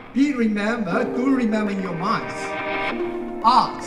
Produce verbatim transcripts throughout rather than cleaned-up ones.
Be remember, do remember in your minds. Art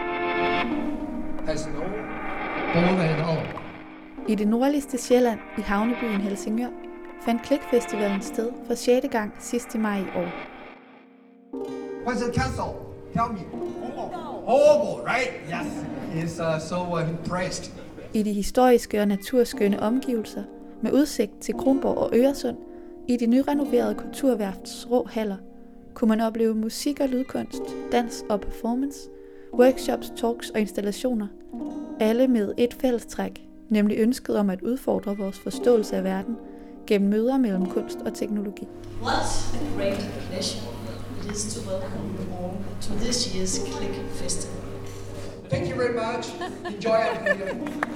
has no border at all. I det nordligste Sjælland, i havnebyen Helsingør, fandt Klikfestivalen sted for sjette gang sidst i maj i år. What's the castle? Tell me. Hobo, right? Yes. He's uh, so uh, impressed. I de historiske og naturskønne omgivelser, med udsigt til Kronborg og Øresund, i de nyrenoverede kulturværfts rå haller, kunne man opleve musik og lydkunst, dans og performance, workshops, talks og installationer, alle med et fællestræk, nemlig ønsket om at udfordre vores forståelse af verden gennem møder mellem kunst og teknologi. What a great pleasure it is to welcome you all to this year's Klik Festival. Thank you very much. Enjoy it.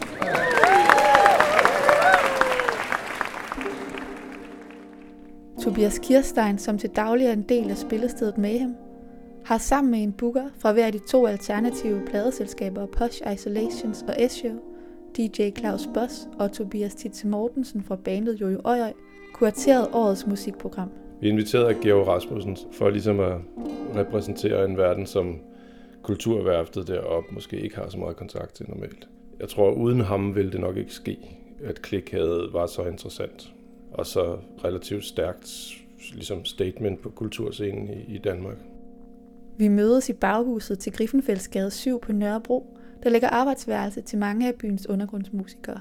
Tobias Kirstein, som til daglig er en del af spillestedet Mayhem, har sammen med en booker fra hver af de to alternative pladeselskaber Posh Isolations og Esho, D J Claus Boss og Tobias Titze Mortensen fra bandet Jojo Øjøj, kurateret årets musikprogram. Vi inviterede Georg Rasmussen for ligesom at repræsentere en verden, som kulturværftet deroppe måske ikke har så meget kontakt til normalt. Jeg tror, uden ham ville det nok ikke ske, at Klik havde var så interessant og så relativt stærkt ligesom statement på kulturscenen i, i Danmark. Vi mødes i baghuset til Griffenfeldsgade syv på Nørrebro, der ligger arbejdsværelse til mange af byens undergrundsmusikere.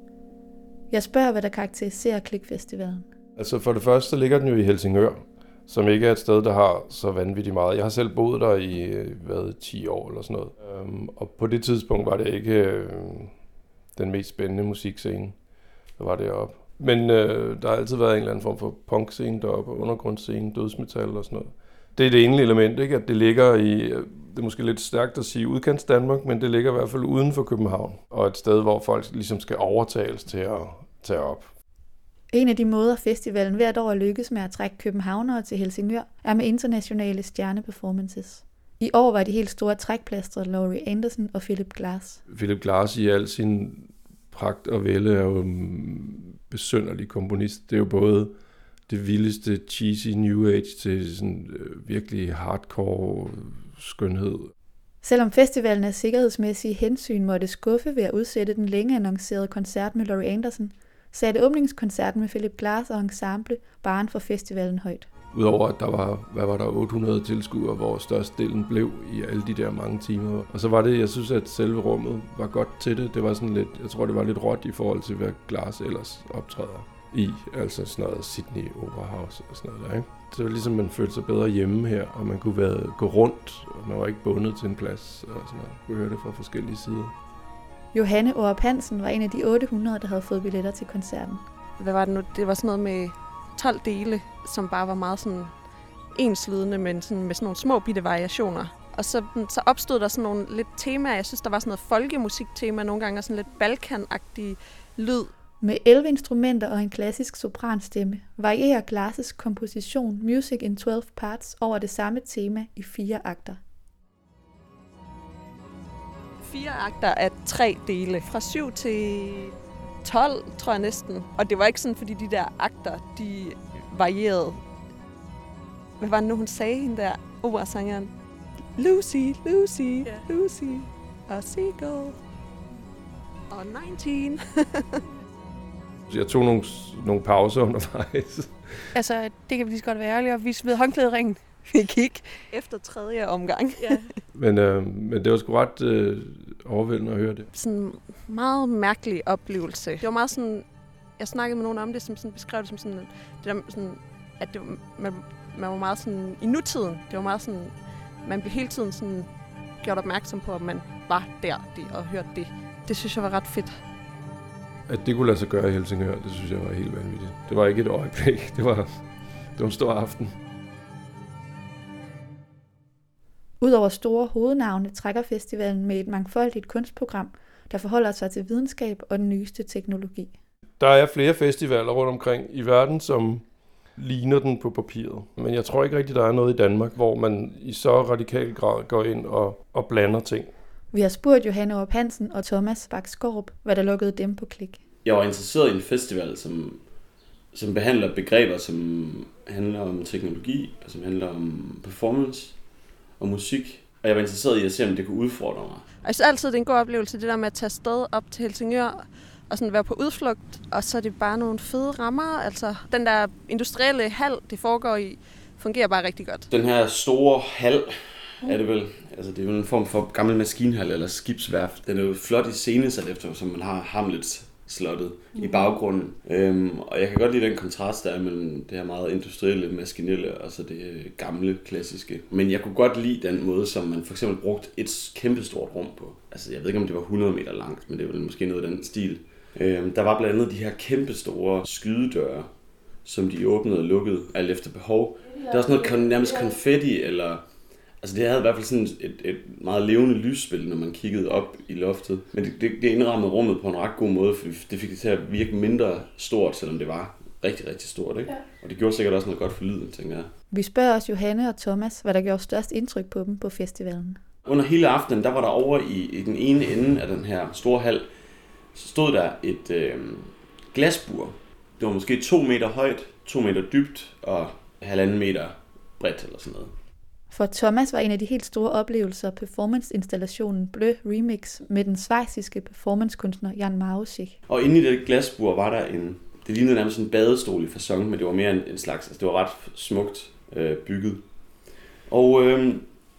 Jeg spørger, hvad der karakteriserer Klikfestivalen. Altså for det første, så ligger den jo i Helsingør, som ikke er et sted, der har så vanvittigt meget. Jeg har selv boet der i hvad, ti år eller sådan noget. Um, og på det tidspunkt var det ikke uh, den mest spændende musikscene, der var deroppe. Men uh, der har altid været en eller anden form for punkscene deroppe, undergrundsscene, dødsmetal og sådan noget. Det er det ene element, ikke? At det ligger i, det er måske lidt stærkt at sige udkants Danmark, men det ligger i hvert fald uden for København. Og et sted, hvor folk ligesom skal overtales til at tage op. En af de måder, festivalen hvert år lykkes med at trække københavnere til Helsingør, er med internationale stjerneperformances. I år var de helt store trækplastre Laurie Anderson og Philip Glass. Philip Glass i al sin pragt og vælde er jo en besynderlig komponist. Det er jo både det vildeste cheesy new age til sådan øh, virkelig hardcore skønhed. Selvom festivalen af sikkerhedsmæssige hensyn måtte skuffe ved at udsætte den længe annoncerede koncert med Laurie Anderson, satte åbningskoncerten med Philip Glass og ensemble barren for festivalen højt. Udover at der var, hvad var der, otte hundrede tilskuere, hvor størstedelen blev i alle de der mange timer. Og så var det, jeg synes, at selve rummet var godt til det. Det var sådan lidt, jeg tror, det var lidt råt i forhold til, hvad Glass ellers optræder i. Altså sådan noget Sydney Opera House og sådan noget der, ikke? Så det var ligesom, man følte sig bedre hjemme her, og man kunne være, gå rundt, og man var ikke bundet til en plads og sådan noget. Man kunne høre det fra forskellige sider. Johanne Aarup Hansen var en af de otte hundrede, der havde fået billetter til koncerten. Hvad var det nu? Det var sådan noget med tolv dele, som bare var meget sådan enslydende, men sådan med sådan nogle små bitte variationer. Og så, så opstod der sådan nogle lidt temaer. Jeg synes, der var sådan noget folkemusiktema nogle gange, og sådan lidt balkanagtig lyd. Med elleve instrumenter og en klassisk sopranstemme varierer Glass' komposition Music in tolv Parts over det samme tema i fire akter. Fire akter af tre dele. Fra syv til tolv, tror jeg næsten. Og det var ikke sådan, fordi de der akter, de varierede. Hvad var det nu, hun sagde, hende der operasangeren? Lucy, Lucy, yeah. Lucy, a seagull, og nitten. Jeg tog nogle, nogle pauser undervejs. Altså, det kan vi lige så godt være ærlige, og vi smed håndklæderingen. Vi gik efter tredje omgang. Ja. men, øh, men det var sgu ret øh, overvældende at høre det. Sådan en meget mærkelig oplevelse. Det var meget sådan, jeg snakkede med nogen om det, som sådan beskrev det som sådan, det der, sådan at det, man, man var meget sådan i nutiden. Det var meget sådan, man blev hele tiden sådan gjort opmærksom på, at man var der og hørte det. Det synes jeg var ret fedt. At det kunne lade sig gøre i Helsingør, det synes jeg var helt vanvittigt. Det var ikke et øjeblik, det var, det var en stor aften. Udover store hovednavne trækker festivalen med et mangfoldigt kunstprogram, der forholder sig til videnskab og den nyeste teknologi. Der er flere festivaler rundt omkring i verden, som ligner den på papiret. Men jeg tror ikke rigtig, der er noget i Danmark, hvor man i så radikal grad går ind og, og blander ting. Vi har spurgt Johanne Aarup Hansen og Thomas Bak Skaarup, hvad der lukkede dem på Klik. Jeg var interesseret i en festival, som, som behandler begreber, som handler om teknologi, og som handler om performance og musik. Og jeg var interesseret i at se, om det kunne udfordre mig. Jeg synes altid, det er en god oplevelse, det der med at tage sted op til Helsingør og sådan være på udflugt, og så er det bare nogle fede rammer. Altså, den der industrielle hal, det foregår i, fungerer bare rigtig godt. Den her store hal, er det vel, altså det er jo en form for gammel maskinhal eller skibsværft. Den er jo flot i scenesat efter, som man har Hamlets slottet mm. i baggrunden. Øhm, og jeg kan godt lide den kontrast, der er mellem det her meget industrielle, maskinelle og så det gamle, klassiske. Men jeg kunne godt lide den måde, som man for eksempel brugte et kæmpestort rum på. Altså jeg ved ikke, om det var hundrede meter langt, men det var måske noget af den stil. Øhm, der var blandt andet de her kæmpestore skydedøre, som de åbnede og lukkede, alt efter behov. Der var sådan noget nærmest konfetti, eller... Altså det havde i hvert fald sådan et, et meget levende lysspil, når man kiggede op i loftet. Men det, det, det indrammede rummet på en ret god måde, for det fik det til at virke mindre stort, selvom det var rigtig, rigtig stort. Ikke? Ja. Og det gjorde sikkert også noget godt for lyden, tænker jeg. Vi spørger også Johanne og Thomas, hvad der gjorde størst indtryk på dem på festivalen. Under hele aftenen, der var der over i, i den ene ende af den her store hal, så stod der et øh, glasbur. Det var måske to meter højt, to meter dybt og halvanden meter bredt eller sådan noget. For Thomas var en af de helt store oplevelser performance-installationen Blø Remix med den schweiziske performancekunstner Jan Mausik. Og inde i det glasbur var der en, det lignede nærmest en badestol i facon, men det var mere en, en slags, altså det var ret smukt øh, bygget. Og øh,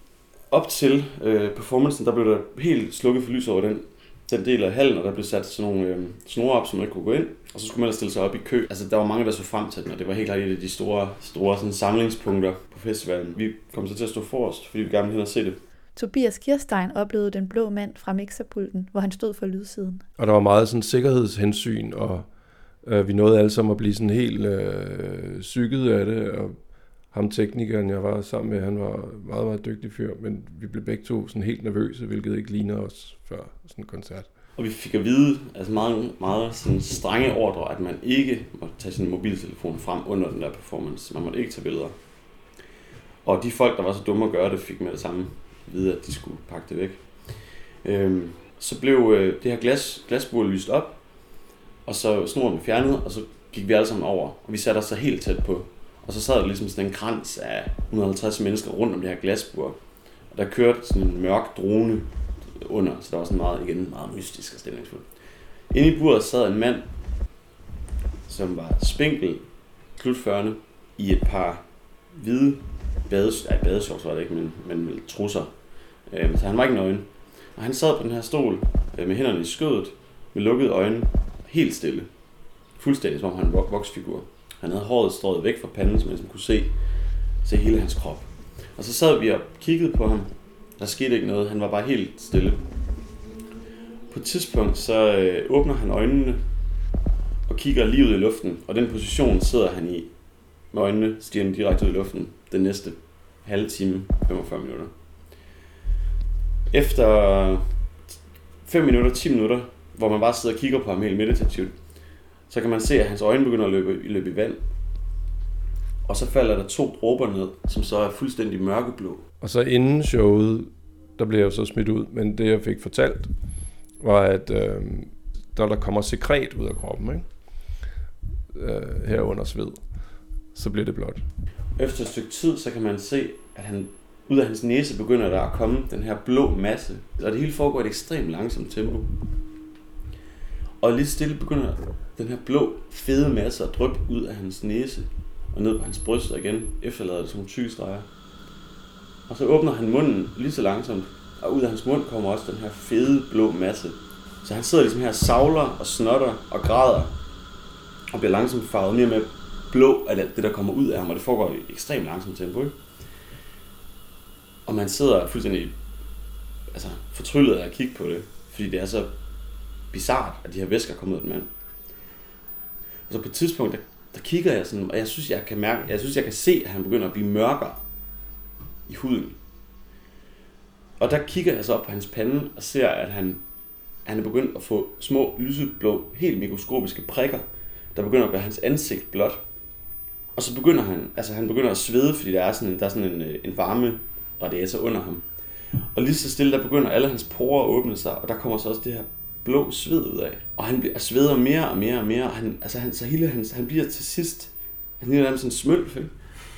op til øh, performancen, der blev der helt slukket for lys over den, den del af hallen, og der blev sat sådan nogle øh, snore op, som man ikke kunne gå ind, og så skulle man ellers stille sig op i kø. Altså der var mange, der så frem til den, og det var helt klart et af de store, store sådan, samlingspunkter på festivalen. Vi kom så til at stå forrest, fordi vi gerne ville hen og se det. Tobias Kirstein oplevede Den Blå Mand fra mixerpulten, hvor han stod for lydsiden. Og der var meget sådan sikkerhedshensyn, og øh, vi nåede alle sammen at blive sådan helt øh, psyket af det, og ham teknikeren, jeg var sammen med, han var meget, meget dygtig fyr, men vi blev begge to sådan helt nervøse, hvilket ikke ligner os før sådan en koncert. Og vi fik at vide, altså meget, meget sådan strenge ordre, at man ikke måtte tage sin mobiltelefon frem under den der performance. Man måtte ikke tage billeder. Og de folk, der var så dumme at gøre det, fik med det samme at vide, at de skulle pakke det væk. Øhm, så blev øh, det her glas, glasbur lyst op, og så snoren fjernet, og så gik vi alle sammen over, og vi satte os så helt tæt på. Og så sad der ligesom sådan en krans af et hundrede og halvtreds mennesker rundt om det her glasbur. Og der kørte sådan en mørk drone under, så der var sådan meget, igen, meget mystisk og stemningsfuldt. Inde i buret sad en mand, som var spinkel, slut fyrrerne, i et par hvide bades, ej, badeshorts var det ikke, men, men trusser. Så han var ikke nøgen. Og han sad på den her stol med hænderne i skødet, med lukkede øjne, helt stille. Fuldstændig som om han var en voksfigur. Han havde håret strøget væk fra panden, så man kunne se, se hele hans krop. Og så sad vi og kiggede på ham. Der skete ikke noget. Han var bare helt stille. På et tidspunkt så øh, åbner han øjnene og kigger lige ud i luften. Og den position sidder han i med øjnene stirrende direkte ud i luften den næste halve time, femogfyrre minutter. Efter fem minutter, ti minutter, hvor man bare sidder og kigger på ham helt meditativt, så kan man se, at hans øjne begynder at løbe, løbe i vand. Og så falder der to dråber ned, som så er fuldstændig mørkeblå. Og så inden showet, der blev jeg jo så smidt ud, men det jeg fik fortalt, var at øh, der, der kommer sekret ud af kroppen, ikke? Øh, herunder sved, så bliver det blåt. Efter et stykke tid, så kan man se, at han, ud af hans næse begynder der at komme den her blå masse. Og det hele foregår i et ekstremt langsomt tempo. Og lidt stille begynder den her blå, fede masse at dryppe ud af hans næse og ned på hans bryst, og igen efterlader det som nogle tykke streger. Og så åbner han munden lige så langsomt, og ud af hans mund kommer også den her fede, blå masse. Så han sidder ligesom her og savler og snotter og græder, og bliver langsomt farvet mere med blå af det, der kommer ud af ham, og det foregår i ekstremt langsomt tempo, ikke? Og man sidder fuldstændig altså, fortryllet af at kigge på det, fordi det er så bizart, at de her væsker kommer ud af den mand. Og så på et tidspunkt, der, der kigger jeg sådan, og jeg synes, jeg kan mærke, jeg synes, jeg kan se, at han begynder at blive mørkere i huden. Og der kigger jeg så op på hans pande og ser, at han, han er begyndt at få små, lyseblå, helt mikroskopiske prikker, der begynder at gøre hans ansigt blåt. Og så begynder han, altså han begynder at svede, fordi der er sådan en, der er sådan en, en varme radiator under ham. Og lige så stille, der begynder alle hans porer at åbne sig, og der kommer så også det her blå sved ud af. Og han bliver sveder mere og mere og mere. Og han, altså han, så hele han, han bliver til sidst, han ligner sådan en smølf, ikke?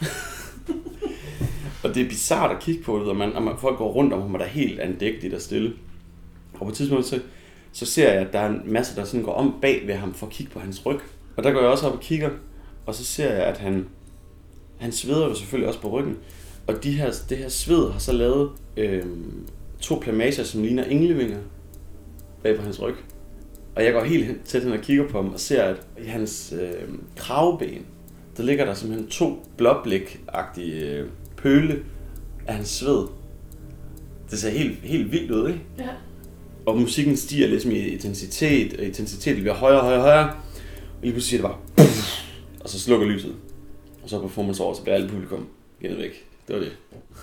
Og det er bizarrt at kigge på det, og, man, og man, folk går rundt om ham, og der er helt andægtigt og stille. Og på et tidspunkt, så, så ser jeg, at der er en masse, der sådan går om bag ved ham for at kigge på hans ryg. Og der går jeg også op og kigger, og så ser jeg, at han, han sveder jo selvfølgelig også på ryggen. Og de her, det her sved har så lavet øh, to plamager, som ligner englevinger bag på hans ryg. Og jeg går helt tæt hen og kigger på ham og ser, at i hans øh, kravben, der ligger der simpelthen to blåblik-agtige øh, pøle af hans sved. Det ser helt, helt vildt ud, ikke? Ja. Og musikken stiger ligesom i intensitet, og intensiteten bliver højere og højere og højere. Og lige pludselig siger det bare, og så slukker lyset. Og så performance over, så bliver alle publikum gennet væk. Det var det.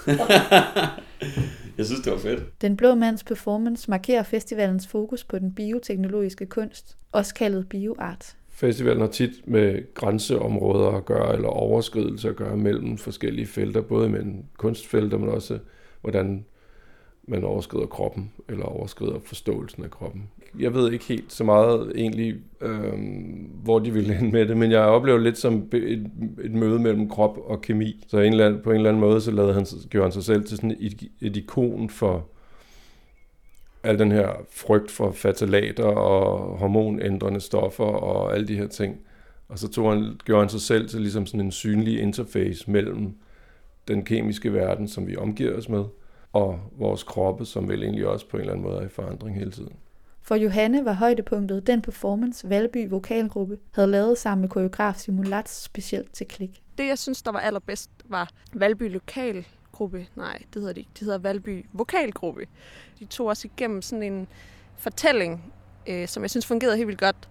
Jeg synes, det var fedt. Den blå mands performance markerer festivalens fokus på den bioteknologiske kunst, også kaldet bioart. Festivalen har tit med grænseområder at gøre, eller overskridelse at gøre mellem forskellige felter, både mellem kunstfelter, men også hvordan man overskrider kroppen, eller overskrider forståelsen af kroppen. Jeg ved ikke helt så meget egentlig, øh, hvor de ville hen med det, men jeg oplever lidt som et, et møde mellem krop og kemi. Så en eller anden, på en eller anden måde, så lavede han, gjorde han sig selv til sådan et, et ikon for al den her frygt for fatalater og hormonændrende stoffer og alle de her ting. Og så tog han, gjorde han sig selv til ligesom sådan en synlig interface mellem den kemiske verden, som vi omgiver os med, og vores kroppe, som vel egentlig også på en eller anden måde er i forandring hele tiden. For Johanne var højdepunktet den performance, Valby Vokalgruppe havde lavet sammen med koreograf Simon Latz specielt til Klik. Det, jeg synes, der var allerbedst, var Valby Lokalgruppe. Nej, det hedder det ikke. Det hedder Valby Vokalgruppe. De tog os igennem sådan en fortælling, øh, som jeg synes fungerede helt vildt godt.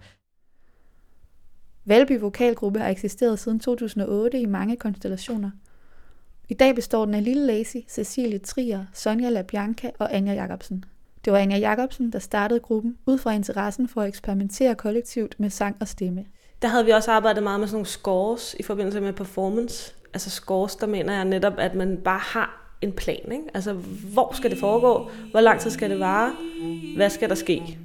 Valby Vokalgruppe har eksisteret siden to tusind og otte i mange konstellationer. I dag består den af Lille Lazy, Cecilie Trier, Sonja LaBianca og Anja Jacobsen. Det var Anja Jacobsen, der startede gruppen ud fra interessen for at eksperimentere kollektivt med sang og stemme. Der havde vi også arbejdet meget med sådan nogle scores i forbindelse med performance. Altså scores, der mener jeg netop, at man bare har en plan, ikke? Altså, hvor skal det foregå? Hvor lang tid skal det vare? Hvad skal der ske?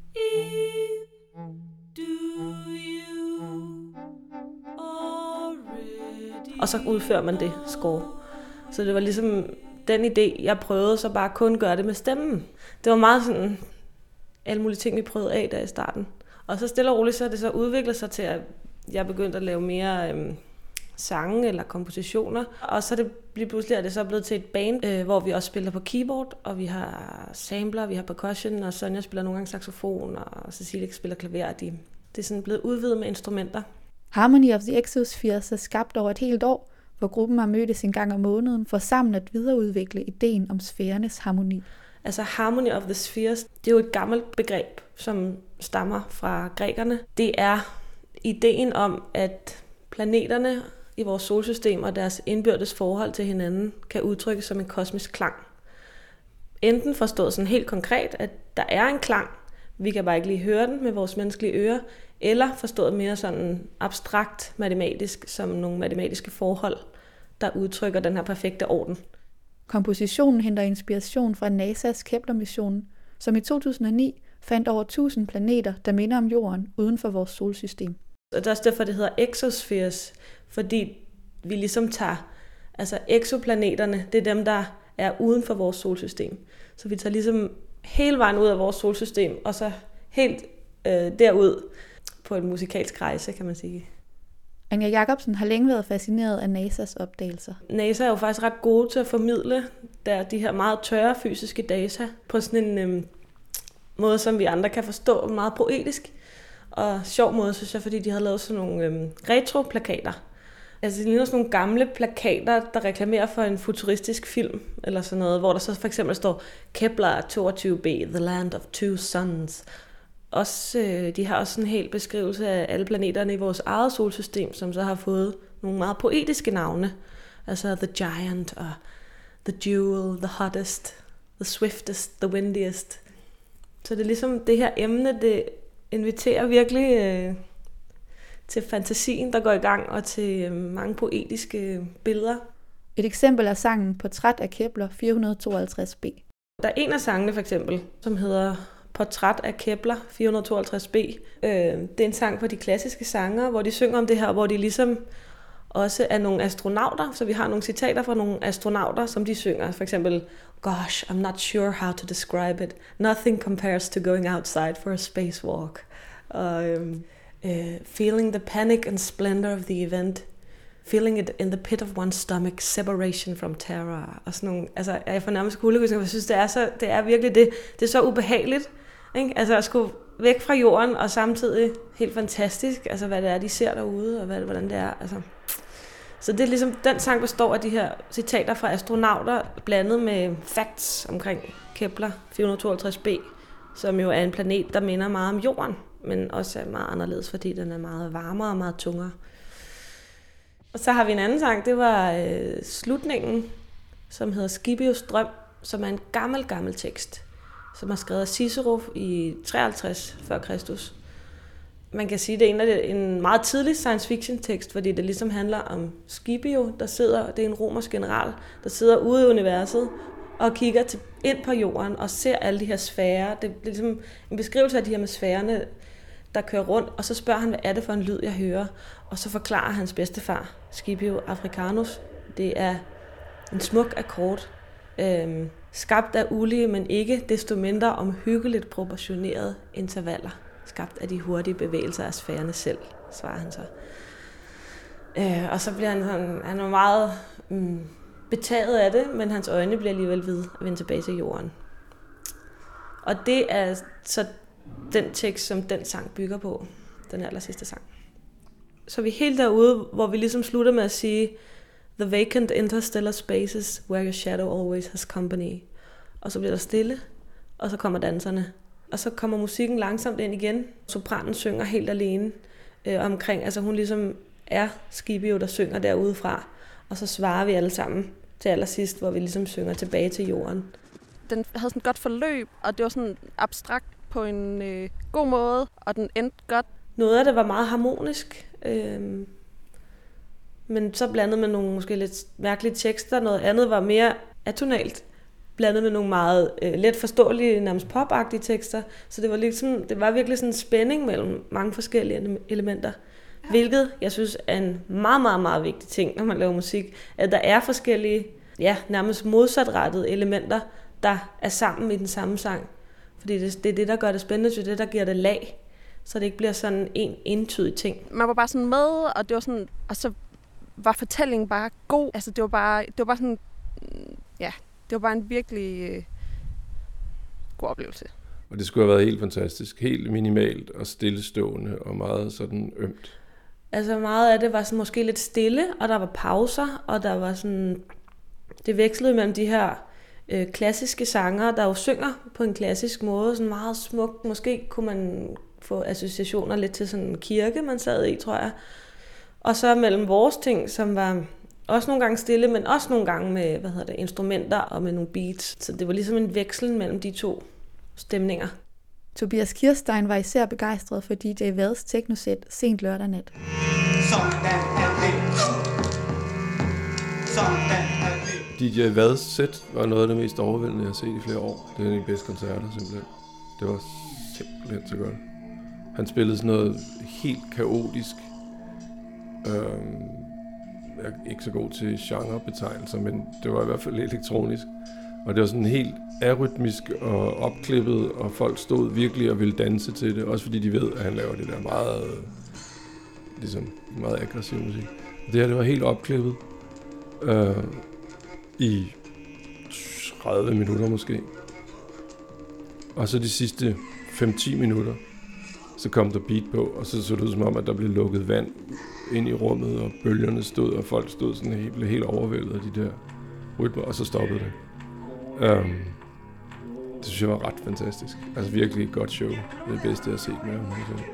Og så udfører man det score. Så det var ligesom den idé, jeg prøvede så bare kun gøre det med stemmen. Det var meget sådan alle mulige ting, vi prøvede af der i starten. Og så stille og roligt, så er det så udviklet sig til, at jeg begyndte at lave mere øhm, sange eller kompositioner. Og så er det lige pludselig er det så blevet til et band, øh, hvor vi også spiller på keyboard, og vi har sampler, vi har percussion, og Sonja spiller nogle gange saxofon, og Cecilie spiller klaver. De, det er sådan blevet udvidet med instrumenter. Harmony of the Exospheres er skabt over et helt år, hvor gruppen har mødtes en gang om måneden for sammen at videreudvikle ideen om sfærernes harmoni. Altså Harmony of the Spheres, det er jo et gammelt begreb, som stammer fra grækerne. Det er ideen om, at planeterne i vores solsystem og deres indbyrdes forhold til hinanden kan udtrykkes som en kosmisk klang. Enten forstået sådan helt konkret, at der er en klang, vi kan bare ikke lige høre den med vores menneskelige ører, eller forstået mere sådan abstrakt matematisk, som nogle matematiske forhold, der udtrykker den her perfekte orden. Kompositionen henter inspiration fra NASA's Kepler-missionen, som i to tusind og ni fandt over tusind planeter, der minder om Jorden uden for vores solsystem. Og det er også derfor, det hedder exospheres, fordi vi ligesom tager, altså exoplaneterne, det er dem, der er uden for vores solsystem. Så vi tager ligesom hele vejen ud af vores solsystem, og så helt øh, derud på en musikalsk rejse, kan man sige. Anja Jacobsen har længe været fascineret af NASA's opdagelser. NASA er jo faktisk ret gode til at formidle der de her meget tørre fysiske data på sådan en øhm, måde, som vi andre kan forstå, meget poetisk og sjov måde, synes jeg, fordi de har lavet sådan nogle øhm, retro-plakater. Altså det ligner sådan nogle gamle plakater, der reklamerer for en futuristisk film, eller sådan noget, hvor der så for eksempel står Kepler toogtyve b, The Land of Two Suns. Også, øh, de har også en hel beskrivelse af alle planeterne i vores eget solsystem, som så har fået nogle meget poetiske navne. Altså The Giant og The Jewel, The Hottest, The Swiftest, The Windiest. Så det er ligesom det her emne, det inviterer virkelig øh, til fantasien, der går i gang, og til øh, mange poetiske billeder. Et eksempel er sangen Portræt af Kepler fire hundrede tooghalvtreds b. Der er en af sangene for eksempel, som hedder portræt af Kepler, fire hundrede tooghalvtreds b. Øh, det er en sang på de klassiske sanger, hvor de synger om det her, hvor de ligesom også er nogle astronauter, så vi har nogle citater fra nogle astronauter, som de synger. For eksempel, gosh, I'm not sure how to describe it. Nothing compares to going outside for a spacewalk. Og øhm, øh, feeling the panic and splendor of the event. Feeling it in the pit of one's stomach, separation from terror. Og sådan nogle, altså jeg får nærmest kuldegysninger, jeg synes, det er, så, det er virkelig det. Det er så ubehageligt, ikke? Altså at skulle væk fra jorden, og samtidig helt fantastisk, altså hvad det er, de ser derude, og hvad, hvordan det er, altså. Så det er ligesom, den sang består af de her citater fra astronauter, blandet med facts omkring Kepler fire hundrede tooghalvtreds b, som jo er en planet, der minder meget om jorden, men også er meget anderledes, fordi den er meget varmere og meget tungere. Og så har vi en anden sang, det var øh, slutningen, som hedder Scipios drøm, som er en gammel, gammel tekst, som er skrevet af Cicero i treoghalvtreds før Kristus. Man kan sige, det er en, af en meget tidlig science fiction tekst, fordi det ligesom handler om Scipio, der sidder, det er en romersk general, der sidder ude i universet og kigger til, ind på jorden og ser alle de her sfærer. Det er ligesom en beskrivelse af de her med sfærerne, der kører rundt, og så spørger han, hvad er det for en lyd, jeg hører? Og så forklarer hans bedstefar, Scipio Africanus, det er en smuk akkord, øhm, skabt af ulige, men ikke desto mindre omhyggeligt proportionerede intervaller. Skabt af de hurtige bevægelser af sfærerne selv, svarer han så. Øh, og så bliver han sådan, han er meget mm, betaget af det, men hans øjne bliver alligevel ved at vende tilbage til jorden. Og det er så den tekst, som den sang bygger på, den aller sidste sang. Så vi er helt derude, hvor vi ligesom slutter med at sige, the vacant interstellar spaces where your shadow always has company. Og så bliver der stille, og så kommer danserne. Og så kommer musikken langsomt ind igen. Sopranen synger helt alene øh, omkring, altså hun ligesom er Scipio, der synger derudefra. Og så svarer vi alle sammen til allersidst, hvor vi ligesom synger tilbage til jorden. Den havde sådan et godt forløb, og det var sådan abstrakt på en øh, god måde, og den endte godt. Noget af det var meget harmonisk, øh, men så blandet med nogle måske lidt mærkelige tekster. Noget andet var mere atonalt, blandet med nogle meget øh, let forståelige, nærmest popagtige tekster. Så det var, ligesom, det var virkelig sådan en spænding mellem mange forskellige elementer. Hvilket jeg synes er en meget, meget, meget vigtig ting, når man laver musik. At der er forskellige, ja, nærmest modsatrettede elementer, der er sammen i den samme sang. Fordi det, det er det, der gør det spændende, det er det, der giver det lag. Så det ikke bliver sådan en entydig ting. Man var bare sådan med, og det var sådan, og så var fortællingen bare god. Altså det var bare, det var bare sådan, ja, det var bare en virkelig øh, god oplevelse. Og det skulle have været helt fantastisk. Helt minimalt og stillestående og meget sådan ømt. Altså meget af det var sådan måske lidt stille, og der var pauser, og der var sådan, det vekslede mellem de her øh, klassiske sanger, der jo synger på en klassisk måde, sådan meget smukt. Måske kunne man få associationer lidt til sådan en kirke, man sad i, tror jeg. Og så mellem vores ting, som var også nogle gange stille, men også nogle gange med, hvad hedder det, instrumenter og med nogle beats. Så det var ligesom en veksel mellem de to stemninger. Tobias Kirstein var især begejstret for D J Vads teknosæt sent lørdag nat. D J Vads sæt var noget af det mest overvældende, jeg har set i flere år. Det er en af de bedste koncerter, simpelthen. Det var simpelthen så godt. Han spillede sådan noget helt kaotisk. Øhm, jeg er ikke så god til genrebetegnelser, men det var i hvert fald elektronisk. Og det var sådan helt arytmisk og opklippet, og folk stod virkelig og ville danse til det. Også fordi de ved, at han laver det der meget, ligesom, meget aggressiv musik. Og det her, det var helt opklippet. Øh, I tredive minutter måske. Og så de sidste fem til ti minutter, så kom der beat på, og så så det ud som om, at der blev lukket vand ind i rummet, og bølgerne stod, og folk stod sådan helt, blev helt overvældet af de der rytmer, og så stoppede det. Um, det synes jeg var ret fantastisk. Altså virkelig et godt show. Det er det bedste, jeg har set med ham.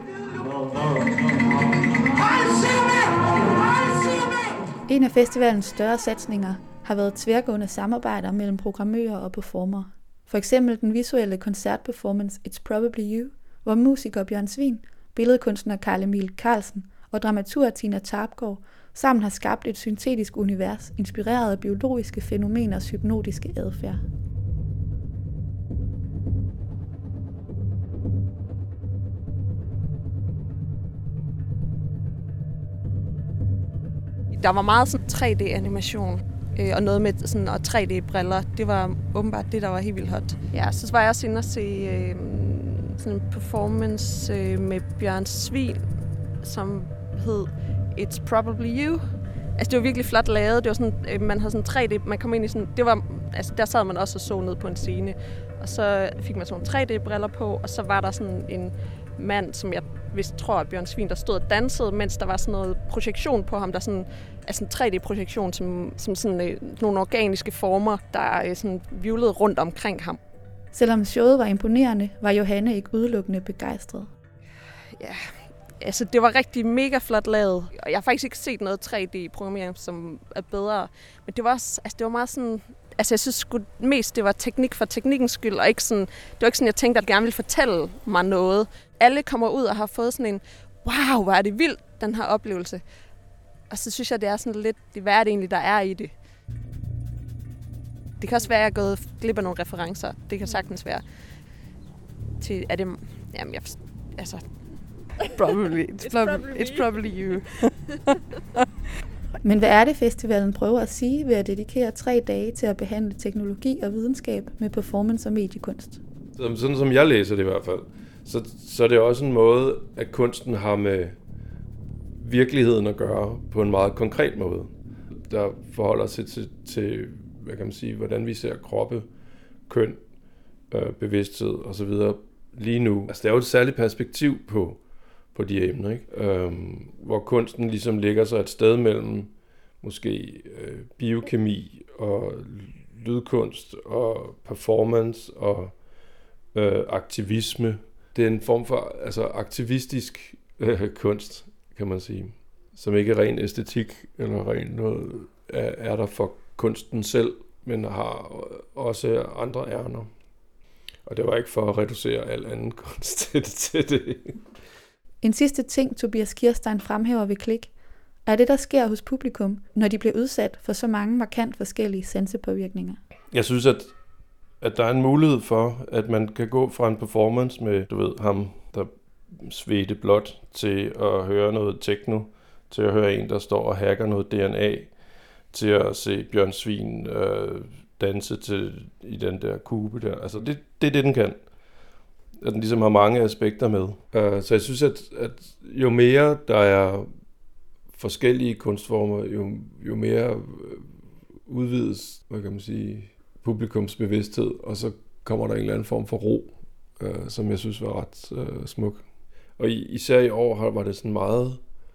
En af festivalens større satsninger har været tværgående samarbejder mellem programmører og performere. For eksempel den visuelle koncertperformance It's Probably You, hvor musiker Bjørn Svin, billedkunstner Karl Emil Carlsen og dramaturg Tina Tarpgaard sammen har skabt et syntetisk univers, inspireret af biologiske fænomeners hypnotiske adfærd. Der var meget sådan tre D-animation, øh, og noget med sådan, og tre D-briller. Det var åbenbart det, der var helt vildt hot. Ja, så var jeg også inde og se øh, sådan en performance øh, med Bjørn Svin, som hed It's Probably You. Altså, det var virkelig flot lavet. Det var sådan, øh, man havde sådan tre D, man kom ind i sådan, det var, altså, der sad man også og så ned på en scene. Og så fik man sådan tre D-briller på, og så var der sådan en mand, som jeg vist tror, at Bjørn Svin, der stod og dansede, mens der var sådan noget projektion på ham, der sådan, altså en tre D-projektion, som, som sådan øh, nogle organiske former, der øh, sådan vivlede rundt omkring ham. Selvom showet var imponerende, var Johanne ikke udelukkende begejstret. Ja, altså det var rigtig mega flot lavet, og jeg har faktisk ikke set noget tre D-programmering, som er bedre, men det var også, altså det var meget sådan, altså jeg synes sgu mest, det var teknik for teknikkens skyld, og ikke sådan, det var ikke sådan, jeg tænkte, at jeg gerne ville fortælle mig noget. Alle kommer ud og har fået sådan en, wow, hvor er det vildt, den her oplevelse. Og så synes jeg, det er sådan lidt, det hvad er det egentlig, der er i det. Det kan også være, at jeg er gået glip af nogle referencer. Det kan sagtens være til, er det, jamen jeg, altså, Probably. It's, it's, probably, it's probably you. Men hvad er det, festivalen prøver at sige ved at dedikere tre dage til at behandle teknologi og videnskab med performance og mediekunst? Sådan som jeg læser det i hvert fald, så, så er det også en måde, at kunsten har med virkeligheden at gøre på en meget konkret måde, der forholder sig til, til hvad kan man sige, hvordan vi ser kroppe, køn, øh, bevidsthed osv. lige nu. Altså, der er jo et særligt perspektiv på, på de emner, ikke? Øhm, hvor kunsten ligesom ligger sig et sted mellem måske øh, biokemi og lydkunst og performance og øh, aktivisme. Det er en form for altså, aktivistisk øh, kunst, kan man sige, som ikke er ren æstetik eller ren noget er, er der for kunsten selv, men har også andre ærner. Og det var ikke for at reducere al anden kunst til, til det. En sidste ting, Tobias Kirstein fremhæver ved Klik, er det, der sker hos publikum, når de bliver udsat for så mange markant forskellige sansepåvirkninger. Jeg synes, at, at der er en mulighed for, at man kan gå fra en performance med, du ved, ham, der svedte blåt, til at høre noget techno, til at høre en, der står og hacker noget D N A, til at se Bjørn Svin øh, danse til, i den der kube der. Altså, det, det er det, den kan. At den ligesom har mange aspekter med. Uh, så jeg synes, at, at jo mere der er forskellige kunstformer, jo, jo mere udvides, hvad kan man sige, publikumsbevidsthed, og så kommer der en eller anden form for ro, uh, som jeg synes var ret uh, smuk. Og i, især i år var det sådan meget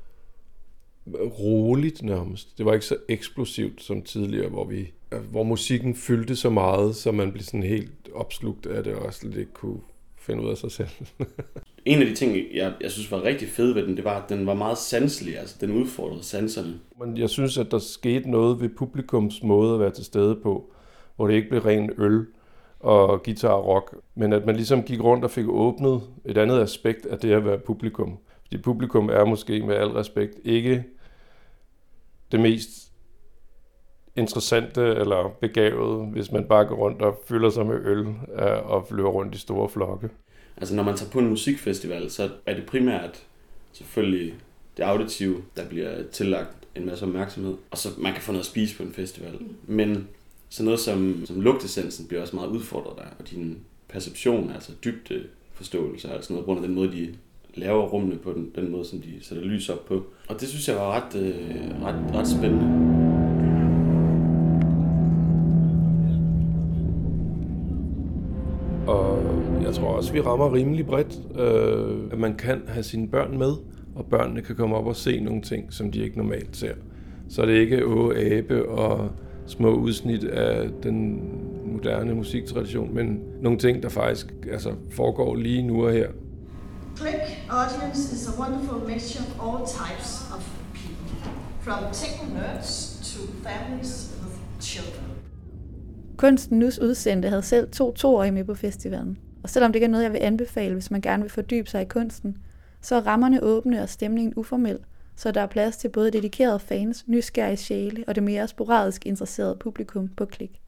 roligt nærmest. Det var ikke så eksplosivt som tidligere, hvor vi, hvor musikken fyldte så meget, så man blev sådan helt opslugt af det, og slet ikke kunne finde ud af sig selv. En af de ting, jeg, jeg synes var rigtig fed ved den, det var, at den var meget sanselig, altså den udfordrede sanserne. Men jeg synes, at der skete noget ved publikums måde at være til stede på, hvor det ikke blev ren øl og guitar og rock, men at man ligesom gik rundt og fik åbnet et andet aspekt af det at være publikum. Fordi publikum er måske med al respekt ikke det mest interessante eller begavede, hvis man bare går rundt og fylder sig med øl og flyver rundt i store flokke. Altså når man tager på en musikfestival, så er det primært selvfølgelig det auditive, der bliver tillagt en masse opmærksomhed, og så man kan få noget at spise på en festival. Men så noget som, som lugtesensen bliver også meget udfordret der, og din perception, altså dybde forståelse, altså noget på grund af den måde, de laver rummene på den, den måde, som de sætter lys op på. Og det synes jeg var ret, øh, ret, ret spændende. Og jeg tror også, vi rammer rimelig bredt, øh, at man kan have sine børn med, og børnene kan komme op og se nogle ting, som de ikke normalt ser. Så er det ikke åge, abe og små udsnit af den moderne musiktradition, men nogle ting, der faktisk altså, foregår lige nu og her. Klik audience is a wonderful mixture of all types of people, from techno nerds to families with children. Kunsten Nus udsendte havde selv to toårige med på festivalen. Og selvom det ikke er noget, jeg vil anbefale, hvis man gerne vil fordybe sig i kunsten, så er rammerne åbne og stemningen uformel, så der er plads til både dedikerede fans, nysgerrige sjæle og det mere sporadisk interesserede publikum på Klik.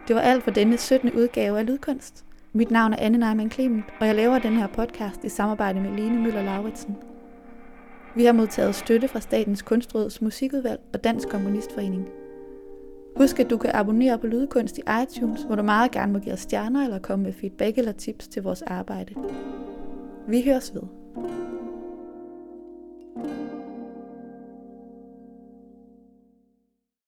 Det var alt for denne syttende udgave af Lydkunst. Mit navn er Anne Neumann Clement, og jeg laver den her podcast i samarbejde med Lene Møller Lauritsen. Vi har modtaget støtte fra Statens Kunstråds Musikudvalg og Dansk Komponistforening. Husk, at du kan abonnere på Lydkunst i iTunes, hvor du meget gerne må give os stjerner eller komme med feedback eller tips til vores arbejde. Vi høres ved.